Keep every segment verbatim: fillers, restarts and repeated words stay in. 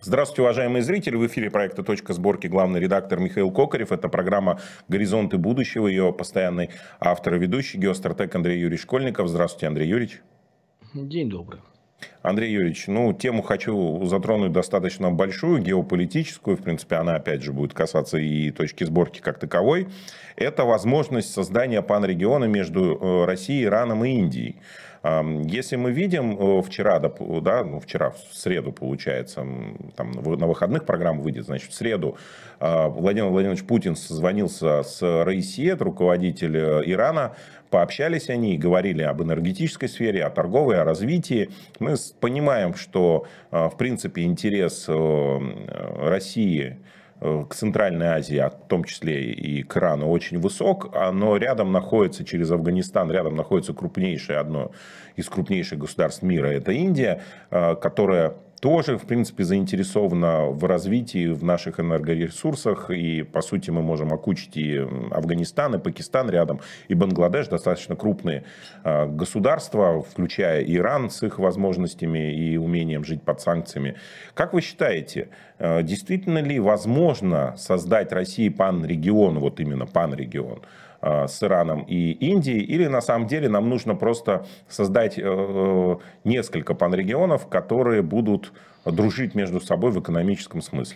Здравствуйте, уважаемые зрители. В эфире проекта «Точка сборки» главный редактор Михаил Кокарев. Это программа «Горизонты будущего». Ее постоянный автор и ведущий, геостратег Андрей Юрьевич Школьников. Здравствуйте, Андрей Юрьевич. День добрый. Андрей Юрьевич, ну, тему хочу затронуть достаточно большую, геополитическую. В принципе, она, опять же, будет касаться и точки сборки как таковой. Это возможность создания панрегиона между Россией, Ираном и Индией. Если мы видим вчера, да, ну, вчера, в среду, получается, там, на выходных программа выйдет, значит, в среду Владимир Владимирович Путин созвонился с Раисиет, руководитель Ирана. Пообщались они, говорили об энергетической сфере, о торговой, о развитии. Мы понимаем, что, в принципе, интерес России к Центральной Азии, а в том числе и к Ирану, очень высок, но рядом находится, через Афганистан, рядом находится крупнейшее, одно из крупнейших государств мира, это Индия, которая тоже, в принципе, заинтересована в развитии в наших энергоресурсах. И, по сути, мы можем окучить и Афганистан, и Пакистан рядом, и Бангладеш, достаточно крупные государства, включая Иран с их возможностями и умением жить под санкциями. Как вы считаете, действительно ли возможно создать России панрегион, вот именно панрегион, с Ираном и Индией, или на самом деле нам нужно просто создать несколько панрегионов, которые будут дружить между собой в экономическом смысле?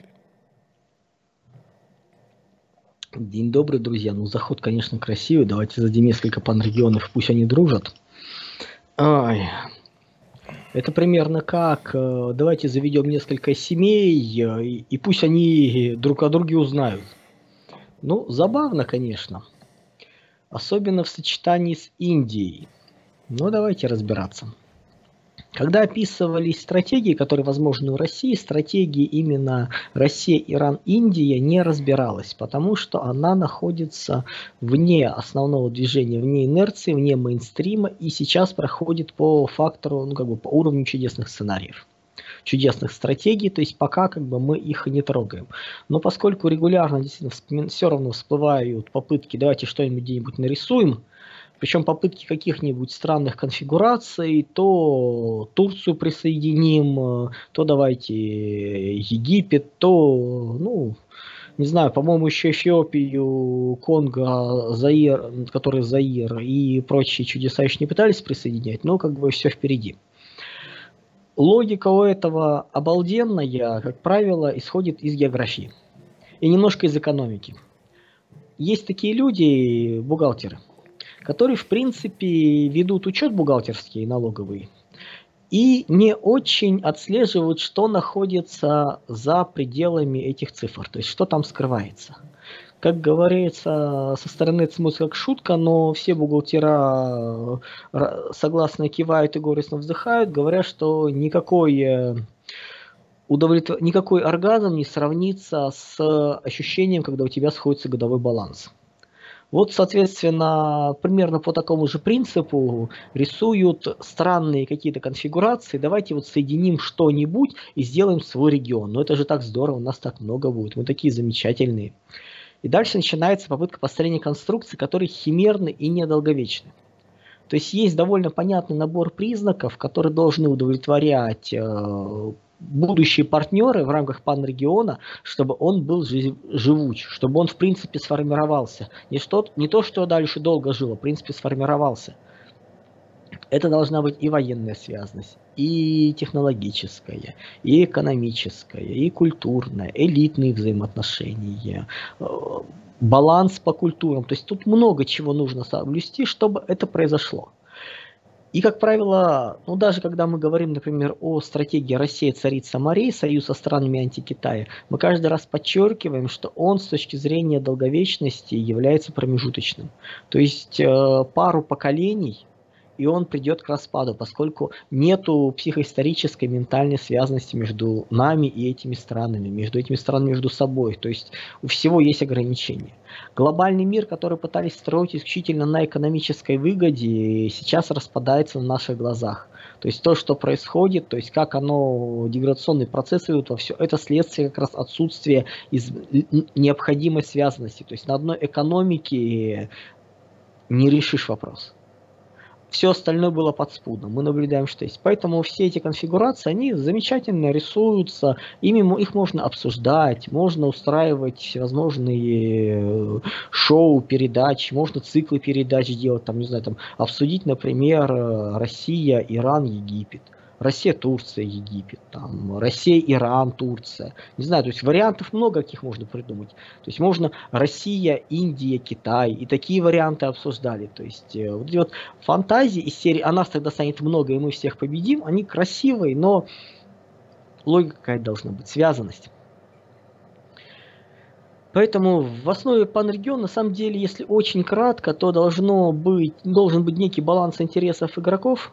День добрый, друзья. Ну, заход, конечно, красивый. Давайте зададим несколько панрегионов, пусть они дружат. Ай. Это примерно как, давайте заведем несколько семей, и пусть они друг о друге узнают. Ну, забавно, конечно. Особенно в сочетании с Индией. Но давайте разбираться. Когда описывались стратегии, которые возможны у России, стратегии именно Россия, Иран, Индия не разбиралась, потому что она находится вне основного движения, вне инерции, вне мейнстрима, и сейчас проходит по фактору, ну как бы по уровню чудесных сценариев, чудесных стратегий, то есть пока как бы мы их не трогаем. Но поскольку регулярно действительно все равно всплывают попытки, давайте что-нибудь где-нибудь нарисуем, причем попытки каких-нибудь странных конфигураций, то Турцию присоединим, то давайте Египет, то, ну, не знаю, по-моему, еще Эфиопию, Конго, Заир, который Заир и прочие чудеса еще не пытались присоединять, но как бы все впереди. Логика у этого обалденная, как правило, исходит из географии и немножко из экономики. Есть такие люди, бухгалтеры, которые, в принципе, ведут учет бухгалтерский и налоговый и не очень отслеживают, что находится за пределами этих цифр, то есть что там скрывается. Как говорится, со стороны это смотрится как шутка, но все бухгалтера согласно кивают и горестно вздыхают, говорят, что никакой, удовлетвор... никакой оргазм не сравнится с ощущением, когда у тебя сходится годовой баланс. Вот, соответственно, примерно по такому же принципу рисуют странные какие-то конфигурации. Давайте вот соединим что-нибудь и сделаем свой регион. Но это же так здорово, у нас так много будет, мы такие замечательные. И дальше начинается попытка построения конструкций, которые химерны и недолговечны. То есть есть довольно понятный набор признаков, которые должны удовлетворять э, будущие партнеры в рамках панрегиона, чтобы он был живуч, чтобы он в принципе сформировался. Не, что, не то, что дальше долго жил, а в принципе сформировался. Это должна быть и военная связность, и технологическая, и экономическая, и культурная, элитные взаимоотношения, баланс по культурам. То есть тут много чего нужно соблюсти, чтобы это произошло. И, как правило, ну даже когда мы говорим, например, о стратегии Россия царица морей, союз со странами анти-Китая, мы каждый раз подчеркиваем, что он с точки зрения долговечности является промежуточным. То есть э, пару поколений, и он придет к распаду, поскольку нету психоисторической ментальной связанности между нами и этими странами, между этими странами между собой. То есть у всего есть ограничения. Глобальный мир, который пытались строить исключительно на экономической выгоде, сейчас распадается на наших глазах. То есть то, что происходит, то есть как оно, деградационные процессы идут во все, это следствие как раз отсутствия из необходимой связанности. То есть на одной экономике не решишь вопрос. все остальное было подспудно. Мы наблюдаем, что есть. Поэтому все эти конфигурации, они замечательно рисуются, ими их можно обсуждать, можно устраивать всевозможные шоу, передачи, можно циклы передач делать, там, не знаю, там, обсудить, например, Россия, Иран, Египет. Россия, Турция, Египет, там, Россия, Иран, Турция. Не знаю, то есть вариантов много, каких можно придумать. То есть можно Россия, Индия, Китай. И такие варианты обсуждали. То есть э, вот эти вот фантазии из серии «А нас тогда станет много, и мы всех победим», они красивые, но логика какая-то должна быть, связанность. Поэтому в основе панрегиона, на самом деле, если очень кратко, то должно быть, должен быть некий баланс интересов игроков,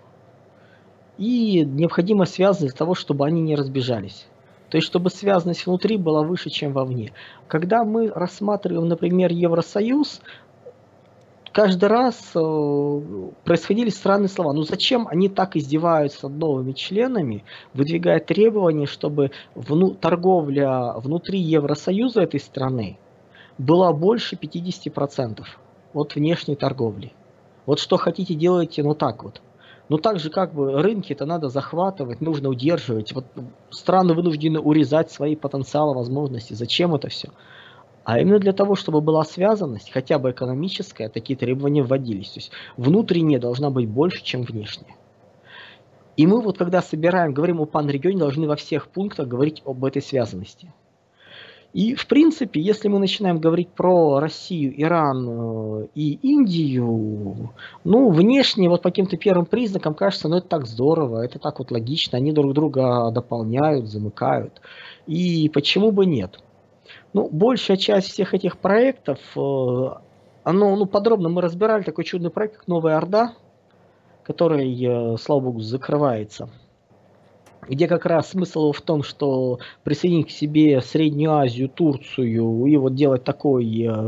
и необходима связанность для того, чтобы они не разбежались. То есть, чтобы связанность внутри была выше, чем вовне. Когда мы рассматриваем, например, Евросоюз, каждый раз э, происходили странные слова. Ну зачем они так издеваются над новыми членами, выдвигая требования, чтобы вну, торговля внутри Евросоюза этой страны была больше пятидесяти процентов от внешней торговли. Вот что хотите, делайте, ну так вот. Ну так же, как бы рынки-то надо захватывать, нужно удерживать. Вот страны вынуждены урезать свои потенциалы, возможности. Зачем это все? А именно для того, чтобы была связанность, хотя бы экономическая, такие требования вводились. То есть внутренняя должна быть больше, чем внешняя. И мы вот когда собираем, говорим о панрегионе, должны во всех пунктах говорить об этой связанности. И, в принципе, если мы начинаем говорить про Россию, Иран и Индию, ну, внешне, вот по каким-то первым признакам кажется, ну, это так здорово, это так вот логично, они друг друга дополняют, замыкают. И почему бы нет? Ну, большая часть всех этих проектов, оно, ну, подробно мы разбирали такой чудный проект, как Новая Орда, который, слава богу, закрывается. Где как раз смысл в том, что присоединить к себе Среднюю Азию, Турцию и вот делать такой э,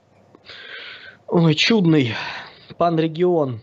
ой, чудный панрегион,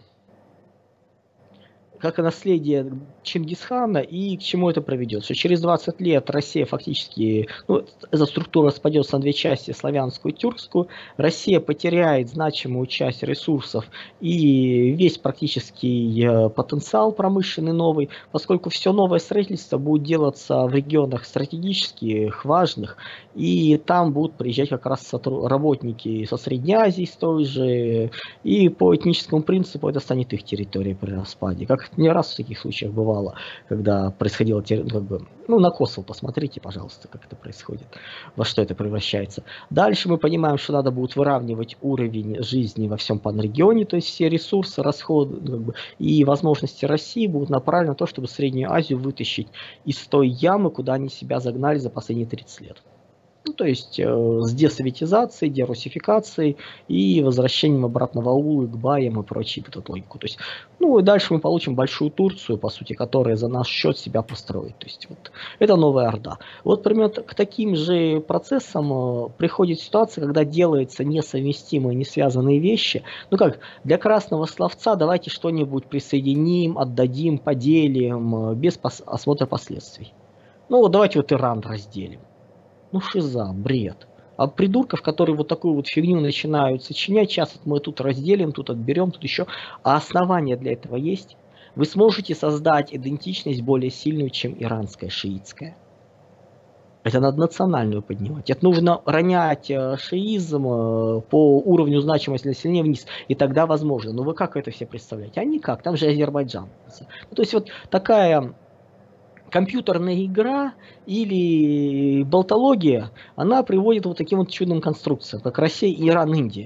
как и наследие Чингисхана, и к чему это приведет. Что через двадцать лет Россия фактически, ну, эта структура распадется на две части, славянскую и тюркскую. Россия потеряет значимую часть ресурсов и весь практически потенциал промышленный новый, поскольку все новое строительство будет делаться в регионах стратегических, важных, и там будут приезжать как раз работники со Средней Азии, с той же, и по этническому принципу это станет их территорией при распаде. Как не раз в таких случаях бывало, когда происходило, как бы, ну, на Косово посмотрите, пожалуйста, как это происходит, во что это превращается. Дальше мы понимаем, что надо будет выравнивать уровень жизни во всем панрегионе, то есть все ресурсы, расходы, как бы, и возможности России будут направлены на то, чтобы Среднюю Азию вытащить из той ямы, куда они себя загнали за последние тридцать лет. Ну, то есть э, с десоветизацией, дерусификацией и возвращением обратно в аулы, к баям и прочей вот эту логику. То есть, ну и дальше мы получим большую Турцию, по сути, которая за наш счет себя построит. То есть вот это Новая Орда. Вот примерно к таким же процессам э, приходит ситуация, когда делаются несовместимые, не связанные вещи. Ну как, для красного словца давайте что-нибудь присоединим, отдадим, поделим, э, без пос- осмотра последствий. Ну вот давайте вот Иран разделим. Ну шиза, бред. А придурков, которые вот такую вот фигню начинают сочинять, сейчас мы тут разделим, тут отберем, тут еще. А основания для этого есть. Вы сможете создать идентичность более сильную, чем иранская, шиитская. Это надо национальную поднимать. Это нужно ронять шиизм по уровню значимости населения вниз. И тогда возможно. Но вы как это все представляете? А никак. Там же Азербайджан. Ну, то есть вот такая компьютерная игра или болтология, она приводит вот таким вот чудным конструкциям, как Россия, Иран, Индия.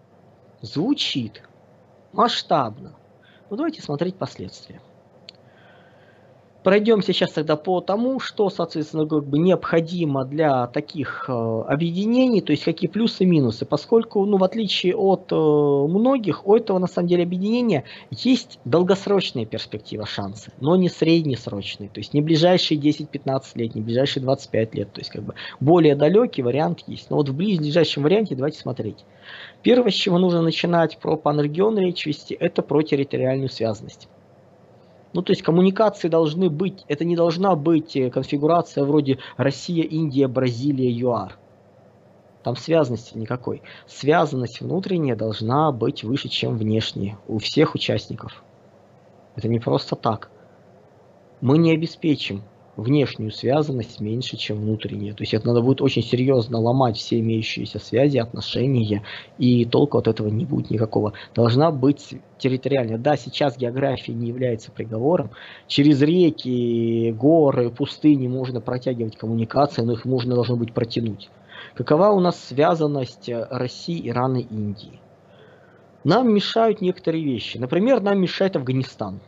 Звучит масштабно. Ну давайте смотреть последствия. Пройдем сейчас тогда по тому, что, соответственно, как бы необходимо для таких э, объединений, то есть какие плюсы и минусы, поскольку, ну, в отличие от э, многих, у этого, на самом деле, объединения есть долгосрочная перспектива, шансы, но не среднесрочные, то есть не ближайшие десять-пятнадцать лет, не ближайшие двадцать пять лет, то есть как бы более далекий вариант есть. Но вот в ближайшем варианте давайте смотреть. Первое, с чего нужно начинать про панрегион речь вести, это про территориальную связанность. Ну, то есть коммуникации должны быть, это не должна быть конфигурация вроде Россия, Индия, Бразилия, ЮАР. Там связанности никакой. Связанность внутренняя должна быть выше, чем внешняя у всех участников. Это не просто так. Мы не обеспечим внешнюю связанность меньше, чем внутреннюю. То есть это надо будет очень серьезно ломать все имеющиеся связи, отношения, и толку от этого не будет никакого. Должна быть территориальная. Да, сейчас география не является приговором. Через реки, горы, пустыни можно протягивать коммуникации, но их можно должно быть протянуть. Какова у нас связанность России, Ирана и Индии? Нам мешают некоторые вещи. Например, нам мешает Афганистан.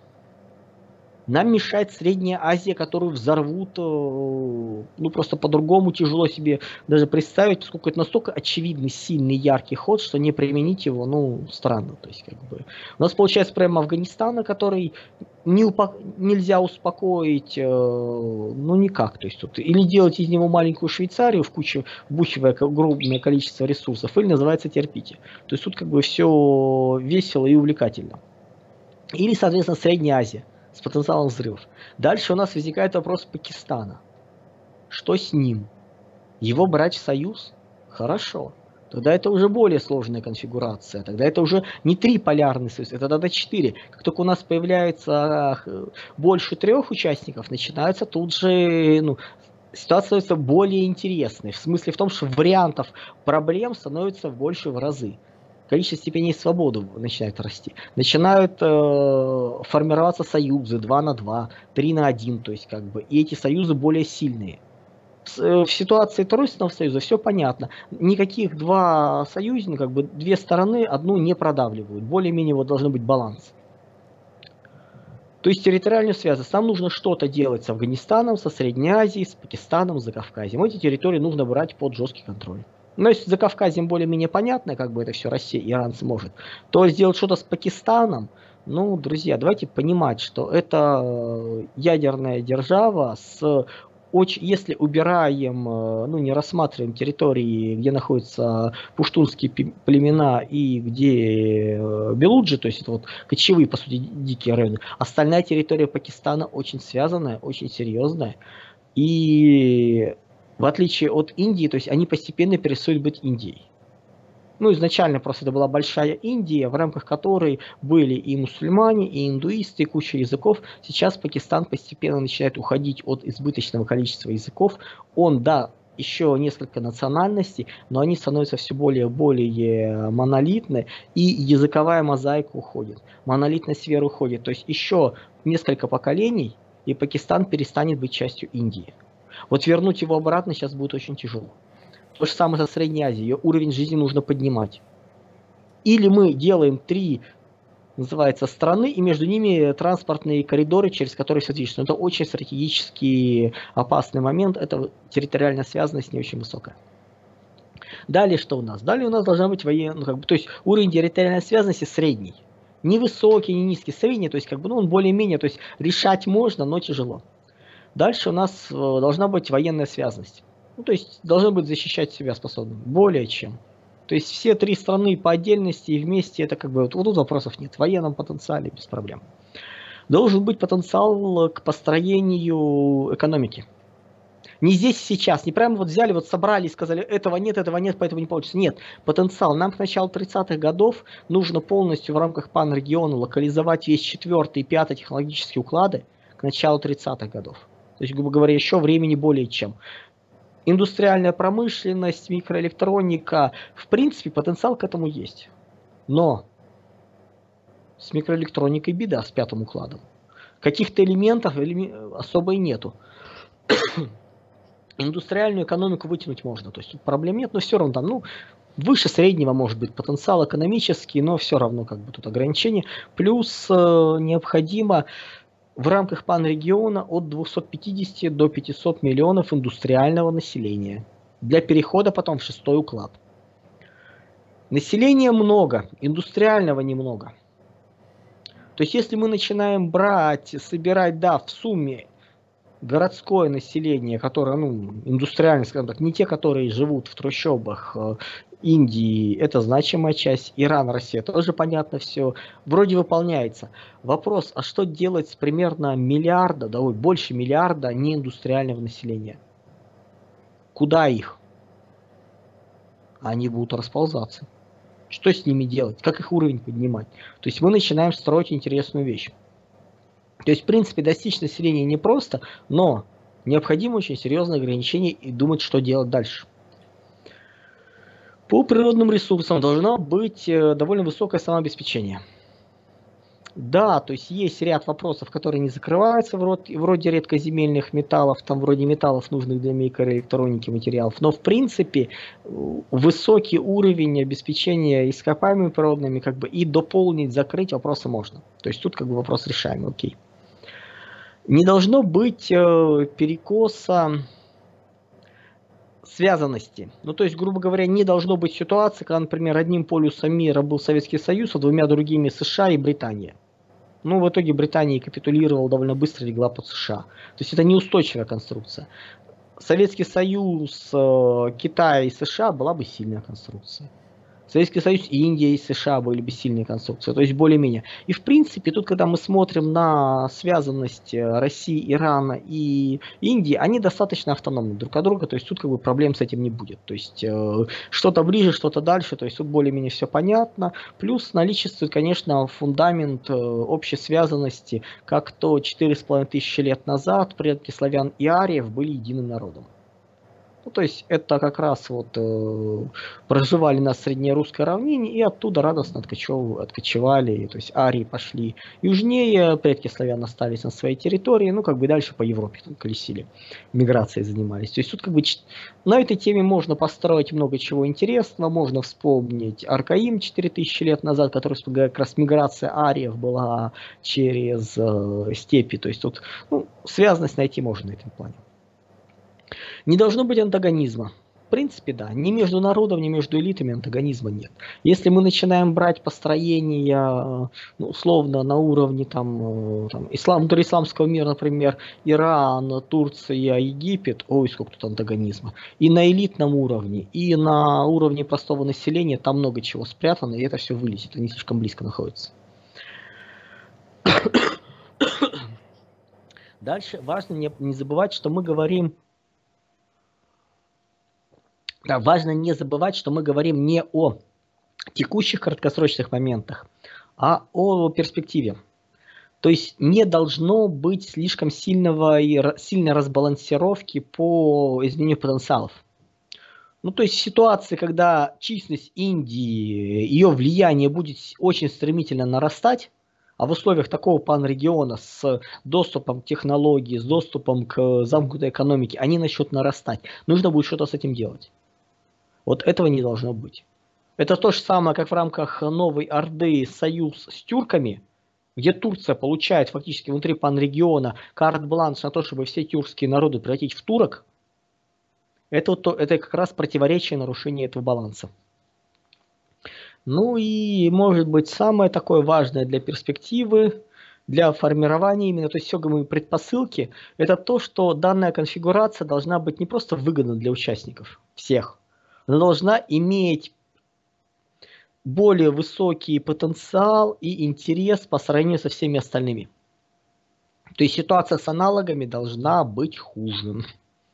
Нам мешает Средняя Азия, которую взорвут, ну просто по-другому тяжело себе даже представить, поскольку это настолько очевидный, сильный, яркий ход, что не применить его, ну, странно. То есть, как бы, у нас получается проблема Афганистана, который не упо... нельзя успокоить, ну никак. То есть, тут или делать из него маленькую Швейцарию, в кучу вбухивая огромное количество ресурсов, или называется терпите. То есть тут как бы все весело и увлекательно. Или, соответственно, Средняя Азия с потенциалом взрывов. Дальше у нас возникает вопрос Пакистана. Что с ним? Его брать в союз? Хорошо. Тогда это уже более сложная конфигурация. Тогда это уже не три полярный союз, это тогда четыре. Как только у нас появляется больше трех участников, начинается тут же, ну, ситуация становится более интересной. В смысле в том, что вариантов проблем становится больше в разы. Количество степеней свободы начинает расти. Начинают э, формироваться союзы два на два, три на один, то есть как бы, и эти союзы более сильные. В, в ситуации Тройственного союза все понятно. Никаких два союзника, как бы две стороны одну не продавливают. Более-менее вот должен быть баланс. То есть территориальную связь. Нам нужно что-то делать с Афганистаном, со Средней Азией, с Пакистаном, с Закавказьем. Эти территории нужно брать под жесткий контроль. Но если за Кавказем более-менее понятно, как бы это все Россия, Иран сможет, то сделать что-то с Пакистаном, ну, друзья, давайте понимать, что это ядерная держава с очень, если убираем, ну, не рассматриваем территории, где находятся пуштунские племена и где белуджи, то есть это вот кочевые, по сути, дикие районы, остальная территория Пакистана очень связанная, очень серьезная. И в отличие от Индии, то есть они постепенно перестают быть Индией. Ну, изначально просто это была большая Индия, в рамках которой были и мусульмане, и индуисты, и куча языков. Сейчас Пакистан постепенно начинает уходить от избыточного количества языков. Он, да, еще несколько национальностей, но они становятся все более и более монолитны, и языковая мозаика уходит. Монолитная сфера уходит. То есть еще несколько поколений, и Пакистан перестанет быть частью Индии. Вот вернуть его обратно сейчас будет очень тяжело. То же самое со Средней Азией. Ее уровень жизни нужно поднимать. Или мы делаем три, называется, страны, и между ними транспортные коридоры, через которые все движется. Это очень стратегически опасный момент. Это территориальная связанность не очень высокая. Далее что у нас? Далее у нас должна быть военная, ну, как бы, то есть уровень территориальной связанности средний. Не высокий, не низкий, средний, то есть как бы, ну, он более-менее, то есть решать можно, но тяжело. Дальше у нас должна быть военная связанность. Ну, то есть должны быть защищать себя способны. Более чем. То есть все три страны по отдельности и вместе, это как бы, вот, вот тут вопросов нет. В военном потенциале без проблем. Должен быть потенциал к построению экономики. Не здесь сейчас, не прямо вот взяли, вот собрали и сказали, этого нет, этого нет, поэтому не получится. Нет, потенциал. Нам к началу тридцатых годов нужно полностью в рамках панрегиона локализовать весь четвертый и пятый технологические уклады к началу тридцатых годов. То есть, грубо говоря, еще времени более чем. Индустриальная промышленность, микроэлектроника, в принципе, потенциал к этому есть. Но с микроэлектроникой беда, с пятым укладом. Каких-то элементов особо и нету. Индустриальную экономику вытянуть можно, то есть тут проблем нет, но все равно там, ну, выше среднего может быть потенциал экономический, но все равно как бы тут ограничения. Плюс э, необходимо в рамках панрегиона от двухсот пятидесяти до пятисот миллионов индустриального населения для перехода потом в шестой уклад. Населения много, индустриального немного. То есть если мы начинаем брать, собирать, да, в сумме городское население, которое, ну, индустриально, скажем так, не те, которые живут в трущобах Индии, это значимая часть, Иран, Россия, тоже понятно все, вроде выполняется. Вопрос, а что делать с примерно миллиарда, да, ой, больше миллиарда неиндустриального населения? Куда их? Они будут расползаться. Что с ними делать? Как их уровень поднимать? То есть мы начинаем строить интересную вещь. То есть, в принципе, достичь населения непросто, но необходимо очень серьезное ограничение и думать, что делать дальше. По природным ресурсам должно быть довольно высокое самообеспечение. Да, то есть есть ряд вопросов, которые не закрываются, вроде, вроде редкоземельных металлов, там вроде металлов, нужных для микроэлектроники материалов, но в принципе высокий уровень обеспечения ископаемыми природными как бы и дополнить, закрыть вопросы можно. То есть тут как бы вопрос решаемый, окей. Не должно быть э, перекоса связанности. Ну, то есть, грубо говоря, не должно быть ситуации, когда, например, одним полюсом мира был Советский Союз, а двумя другими США и Британия. Ну, в итоге Британия капитулировала довольно быстро, легла под США. То есть, это неустойчивая конструкция. Советский Союз, Китай и США была бы сильная конструкция. Советский Союз, Индия и США были бы сильные конструкции, то есть более-менее. И в принципе, тут, когда мы смотрим на связанность России, Ирана и Индии, они достаточно автономны друг от друга, то есть тут как бы проблем с этим не будет. То есть э, что-то ближе, что-то дальше, то есть тут более-менее все понятно. Плюс наличествует, конечно, фундамент э, общей связанности, как то четыре с половиной тысячи лет назад предки славян и ариев были единым народом. Ну, то есть это как раз вот э, проживали на среднерусской равнине и оттуда радостно откочевали, то есть арии пошли южнее, предки славян остались на своей территории, ну как бы дальше по Европе там колесили, миграцией занимались. То есть тут как бы на этой теме можно построить много чего интересного, можно вспомнить Аркаим четыре тысячи лет назад, который как раз миграция ариев была через э, степи, то есть тут ну, связанность найти можно на этом плане. Не должно быть антагонизма. В принципе, да. Ни между народом, ни между элитами антагонизма нет. Если мы начинаем брать построение, ну, условно, на уровне там, там, ислам, исламского мира, например, Иран, Турция, Египет, ой, сколько тут антагонизма. И на элитном уровне, и на уровне простого населения там много чего спрятано, и это все вылезет, они слишком близко находятся. Дальше важно не, не забывать, что мы говорим... Да, важно не забывать, что мы говорим не о текущих краткосрочных моментах, а о перспективе. То есть не должно быть слишком сильного и сильной разбалансировки по изменению потенциалов. Ну, то есть ситуации, когда численность Индии, ее влияние будет очень стремительно нарастать, а в условиях такого панрегиона с доступом к технологии, с доступом к замкнутой экономике, они начнут нарастать. Нужно будет что-то с этим делать. Вот этого не должно быть. Это то же самое, как в рамках Новой Орды союз с тюрками, где Турция получает фактически внутри панрегиона карт-бланш на то, чтобы все тюркские народы превратить в турок. Это, вот, это как раз противоречие нарушения этого баланса. Ну и, может быть, самое такое важное для перспективы, для формирования именно, то есть все говорим предпосылки, это то, что данная конфигурация должна быть не просто выгодна для участников, всех, она должна иметь более высокий потенциал и интерес по сравнению со всеми остальными. То есть ситуация с аналогами должна быть хуже.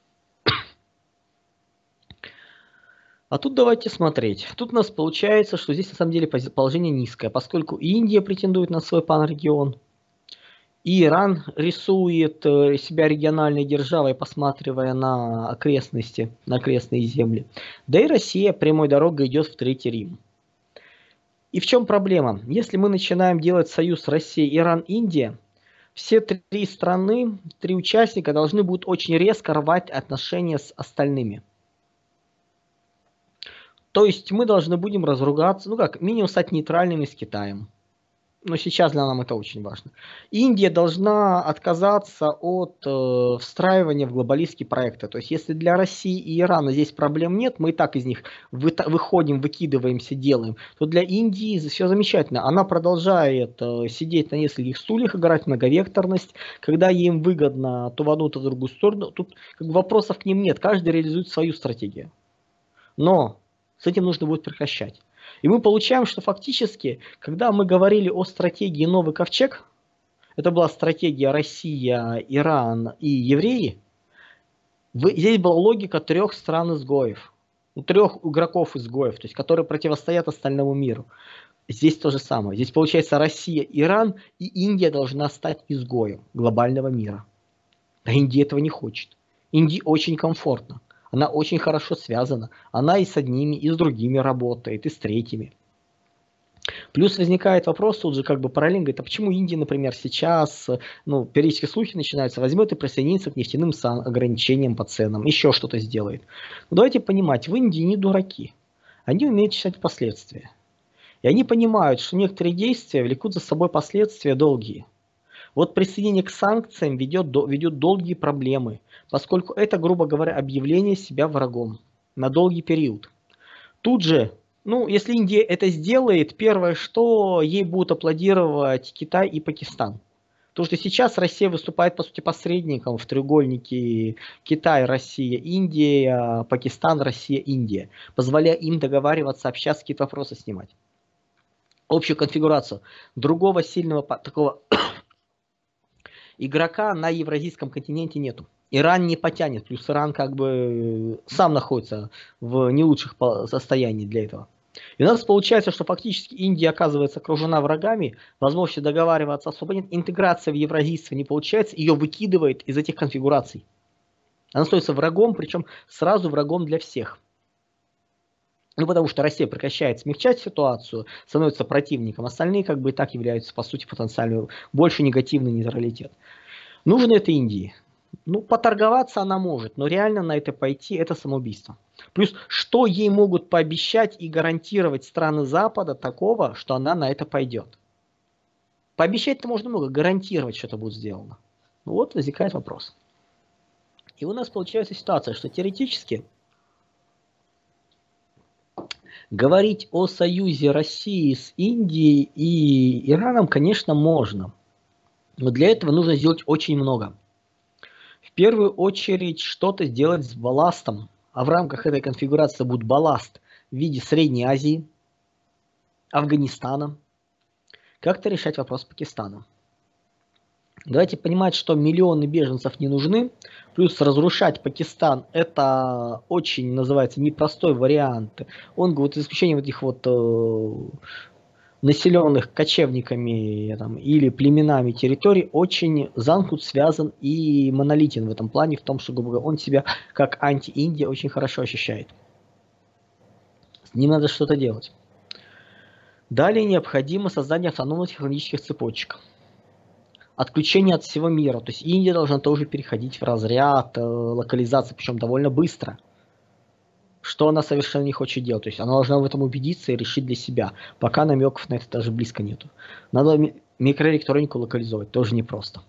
А тут давайте смотреть. Тут у нас получается, что здесь на самом деле положение низкое, поскольку Индия претендует на свой панрегион, и Иран рисует себя региональной державой, посматривая на окрестности, на окрестные земли. Да и Россия прямой дорогой идет в Третий Рим. И в чем проблема? Если мы начинаем делать союз Россия, Иран, Индия, все три страны, три участника должны будут очень резко рвать отношения с остальными. То есть мы должны будем разругаться, ну как, минимум стать нейтральными с Китаем. Но сейчас для нас это очень важно. Индия должна отказаться от э, встраивания в глобалистские проекты. То есть если для России и Ирана здесь проблем нет, мы и так из них вы, выходим, выкидываемся, делаем, то для Индии все замечательно. Она продолжает э, сидеть на нескольких стульях, играть в многовекторность. Когда им выгодно то в одну, то в другую сторону, тут как бы, вопросов к ним нет. Каждый реализует свою стратегию. Но с этим нужно будет прекращать. И мы получаем, что фактически, когда мы говорили о стратегии «Новый ковчег», это была стратегия Россия, Иран и евреи, здесь была логика трех стран-изгоев, трех игроков-изгоев, то есть которые противостоят остальному миру. Здесь то же самое. Здесь получается Россия, Иран и Индия должна стать изгоем глобального мира. А Индия этого не хочет. Индии очень комфортно. Она очень хорошо связана. Она и с одними, и с другими работает, и с третьими. Плюс возникает вопрос тут же как бы параллельно, говорит, а почему Индия, например, сейчас, ну, периодически слухи начинаются, возьмет и присоединится к нефтяным ограничениям по ценам, еще что-то сделает. Но давайте понимать, в Индии не дураки. Они умеют считать последствия. И они понимают, что некоторые действия влекут за собой последствия долгие. Вот присоединение к санкциям ведет, ведет долгие проблемы, поскольку это, грубо говоря, объявление себя врагом на долгий период. Тут же, ну, если Индия это сделает, первое, что ей будут аплодировать Китай и Пакистан. Потому что сейчас Россия выступает, по сути, посредником в треугольнике Китай, Россия, Индия, Пакистан, Россия, Индия, позволяя им договариваться, общаться, какие-то вопросы снимать. Общую конфигурацию другого сильного такого игрока на евразийском континенте нету. Иран не потянет, плюс Иран как бы сам находится в не лучших состояниях для этого. И у нас получается, что фактически Индия оказывается окружена врагами, возможности договариваться особо нет, интеграция в евразийство не получается, ее выкидывает из этих конфигураций. Она становится врагом, причем сразу врагом для всех. Ну, потому что Россия прекращает смягчать ситуацию, становится противником. Остальные как бы и так являются, по сути, потенциально больше негативный нейтралитет. Нужно это Индии. Ну, поторговаться она может, но реально на это пойти – это самоубийство. Плюс, что ей могут пообещать и гарантировать страны Запада такого, что она на это пойдет? Пообещать-то можно много, гарантировать, что это будет сделано. Ну, вот возникает вопрос. И у нас получается ситуация, что теоретически говорить о союзе России с Индией и Ираном, конечно, можно. Но для этого нужно сделать очень много. В первую очередь что-то сделать с балластом. А в рамках этой конфигурации будет балласт в виде Средней Азии, Афганистана. Как-то решать вопрос с Пакистаном. Давайте понимать, что миллионы беженцев не нужны. Плюс разрушать Пакистан – это очень, называется, непростой вариант. Он, вот, за исключением этих вот э, населенных кочевниками там, или племенами территорий, очень замкнут, связан и монолитен в этом плане, в том, что он себя как анти-Индия очень хорошо ощущает. С ним надо что-то делать. Далее необходимо создание автономных технологических цепочек. Отключение от всего мира. То есть Индия должна тоже переходить в разряд э, локализации, причем довольно быстро. Что она совершенно не хочет делать. То есть она должна в этом убедиться и решить для себя. Пока намеков на это даже близко нету. Надо ми микроэлектронику локализовать. Тоже непросто.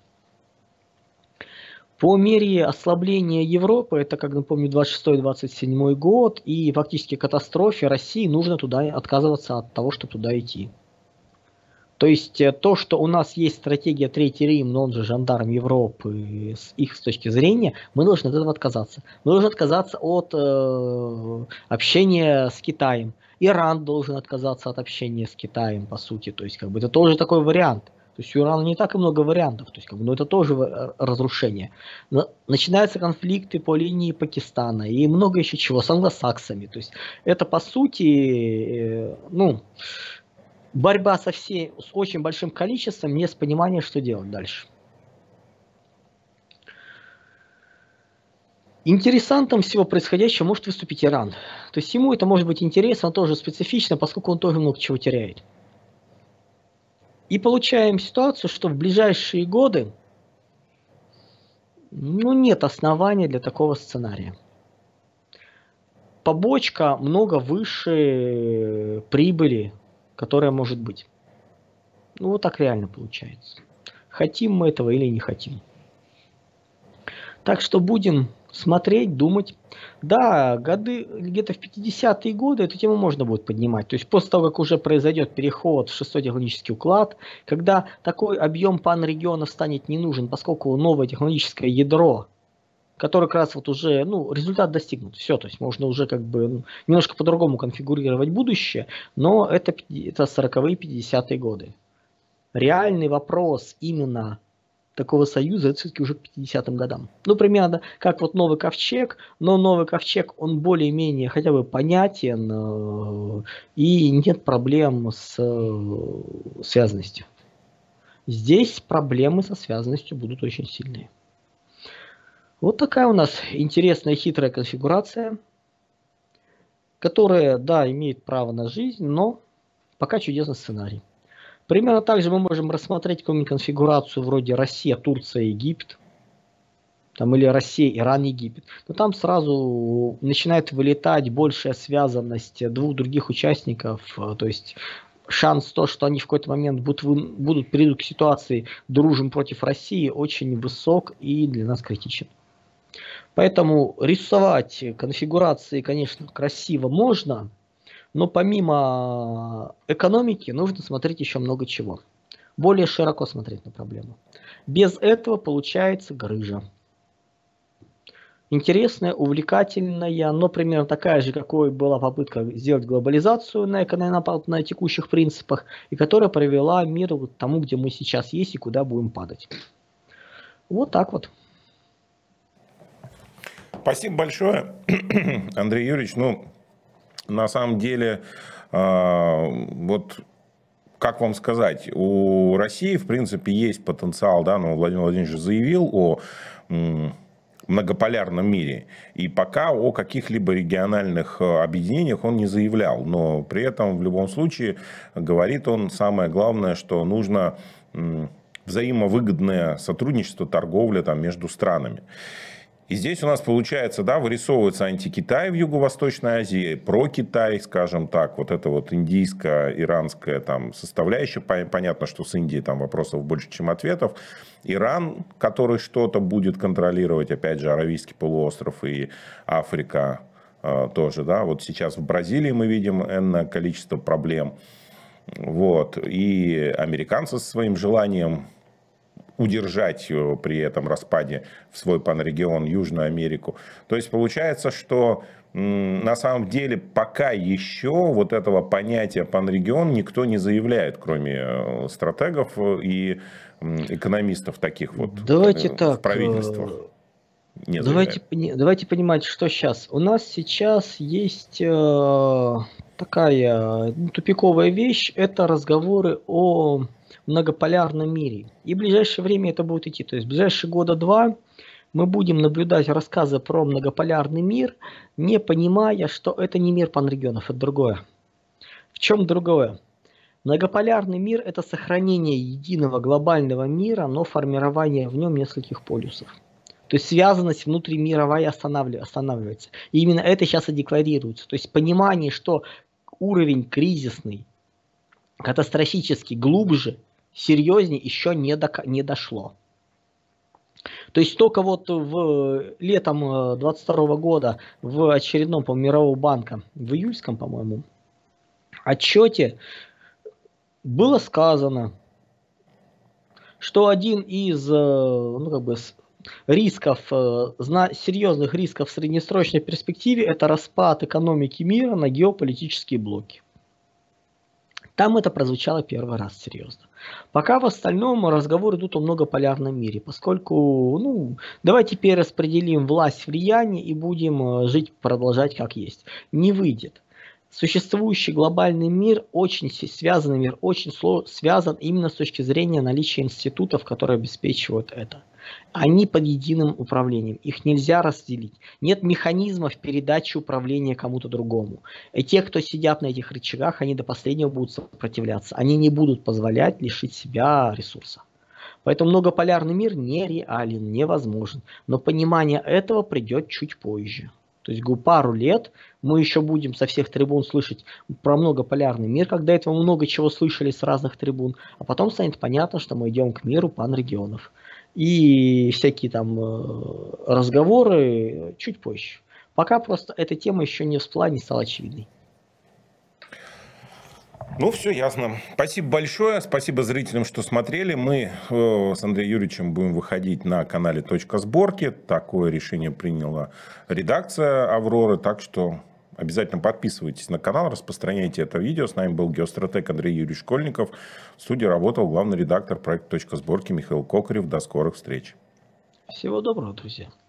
По мере ослабления Европы, это, как напомню, двадцать шестой — двадцать седьмой год, и фактически катастрофе России нужно туда отказываться от того, чтобы туда идти. То есть то, что у нас есть стратегия Третий Рим, но он же жандарм Европы, с их с точки зрения, мы должны от этого отказаться. Мы должны отказаться от э, общения с Китаем. Иран должен отказаться от общения с Китаем, по сути. То есть как бы это тоже такой вариант. То есть у Ирана не так и много вариантов. То есть как бы, но это тоже разрушение. Но начинаются конфликты по линии Пакистана и много еще чего с англосаксами. То есть это по сути, э, ну... борьба со всей, с очень большим количеством, не с пониманием, что делать дальше. Интересантом всего происходящего может выступить Иран. То есть ему это может быть интересно, тоже специфично, поскольку он тоже много чего теряет. И получаем ситуацию, что в ближайшие годы ну, нет основания для такого сценария. Побочка много выше прибыли, которая может быть. Ну, вот так реально получается. Хотим мы этого или не хотим. Так что будем смотреть, думать. Да, годы, где-то в пятидесятые годы эту тему можно будет поднимать. То есть после того, как уже произойдет переход в шестой технологический уклад, когда такой объем панрегионов станет не нужен, поскольку новое технологическое ядро, который как раз вот уже, ну, результат достигнут. Все, то есть можно уже как бы ну, немножко по-другому конфигурировать будущее, но это, это сороковые-пятидесятые годы. Реальный вопрос именно такого союза, это все-таки уже к пятидесятым годам. Ну, примерно как вот новый ковчег, но новый ковчег, он более-менее хотя бы понятен, и нет проблем с связанностью. Здесь проблемы со связанностью будут очень сильные. Вот такая у нас интересная хитрая конфигурация, которая, да, имеет право на жизнь, но пока чудесный сценарий. Примерно так же мы можем рассмотреть какую-нибудь конфигурацию вроде Россия, Турция, Египет. Там, или Россия, Иран, Египет. Но там сразу начинает вылетать большая связанность двух других участников. То есть шанс то, что они в какой-то момент будут, будут придут к ситуации «дружим против России», очень высок и для нас критичен. Поэтому рисовать конфигурации, конечно, красиво можно, но помимо экономики нужно смотреть еще много чего. Более широко смотреть на проблему. Без этого получается грыжа. Интересная, увлекательная, но примерно такая же, какой была попытка сделать глобализацию на, на, на текущих принципах, и которая привела мир к тому, где мы сейчас есть и куда будем падать. Вот так вот. Спасибо большое, Андрей Юрьевич. Ну, на самом деле, э, вот как вам сказать, у России, в принципе, есть потенциал, да, но Владимир Владимирович заявил о м, многополярном мире, и пока о каких-либо региональных объединениях он не заявлял, но при этом в любом случае говорит он самое главное, что нужно м, взаимовыгодное сотрудничество, торговля там, между странами. И здесь у нас получается, да, вырисовывается антикитай в Юго-Восточной Азии, про-Китай, скажем так, вот это вот индийско-иранская там составляющая. Понятно, что с Индией там вопросов больше, чем ответов. Иран, который что-то будет контролировать, опять же, Аравийский полуостров и Африка э, тоже, да. Вот сейчас в Бразилии мы видим энное количество проблем. Вот. И американцы со своим желанием удержать при этом распаде в свой панрегион Южную Америку. То есть получается, что на самом деле пока еще вот этого понятия панрегион никто не заявляет, кроме стратегов и экономистов таких вот. Давайте в так, правительствах. Не давайте, давайте понимать, что сейчас. У нас сейчас есть э, такая тупиковая вещь, это разговоры о многополярном мире. И в ближайшее время это будет идти. То есть в ближайшие года два мы будем наблюдать рассказы про многополярный мир, не понимая, что это не мир панрегионов, это другое. В чем другое? Многополярный мир – это сохранение единого глобального мира, но формирование в нем нескольких полюсов. То есть связанность внутримировая останавливается. И именно это сейчас и декларируется. То есть понимание, что уровень кризисный, катастрофически глубже, серьезнее еще не, до, не дошло. То есть только вот в летом двадцать второго года в очередном, по Мирового банка, в июльском, по-моему, отчете было сказано, что один из ну, как бы, рисков, серьезных рисков в среднесрочной перспективе это распад экономики мира на геополитические блоки. Там это прозвучало первый раз серьезно. Пока в остальном разговоры идут о многополярном мире, поскольку, ну, давайте перераспределим власть, влияние и будем жить, продолжать как есть. Не выйдет. Существующий глобальный мир, очень связанный мир, очень связан именно с точки зрения наличия институтов, которые обеспечивают это. Они под единым управлением, их нельзя разделить. Нет механизмов передачи управления кому-то другому. И те, кто сидят на этих рычагах, они до последнего будут сопротивляться. Они не будут позволять лишить себя ресурса. Поэтому многополярный мир нереален, невозможен. Но понимание этого придет чуть позже. То есть пару лет мы еще будем со всех трибун слышать про многополярный мир, как до этого много чего слышали с разных трибун, а потом станет понятно, что мы идем к миру панрегионов. И всякие там разговоры чуть позже. Пока просто эта тема еще не всплыла, не стала очевидной. Ну, все ясно. Спасибо большое. Спасибо зрителям, что смотрели. Мы э, с Андреем Юрьевичем будем выходить на канале «Точка сборки». Такое решение приняла редакция «Авроры». Так что Обязательно подписывайтесь на канал, распространяйте это видео. С нами был геостратег Андрей Юрьевич Школьников. В студии работал главный редактор проекта «Точка сборки» Михаил Кокарев. До скорых встреч. Всего доброго, друзья.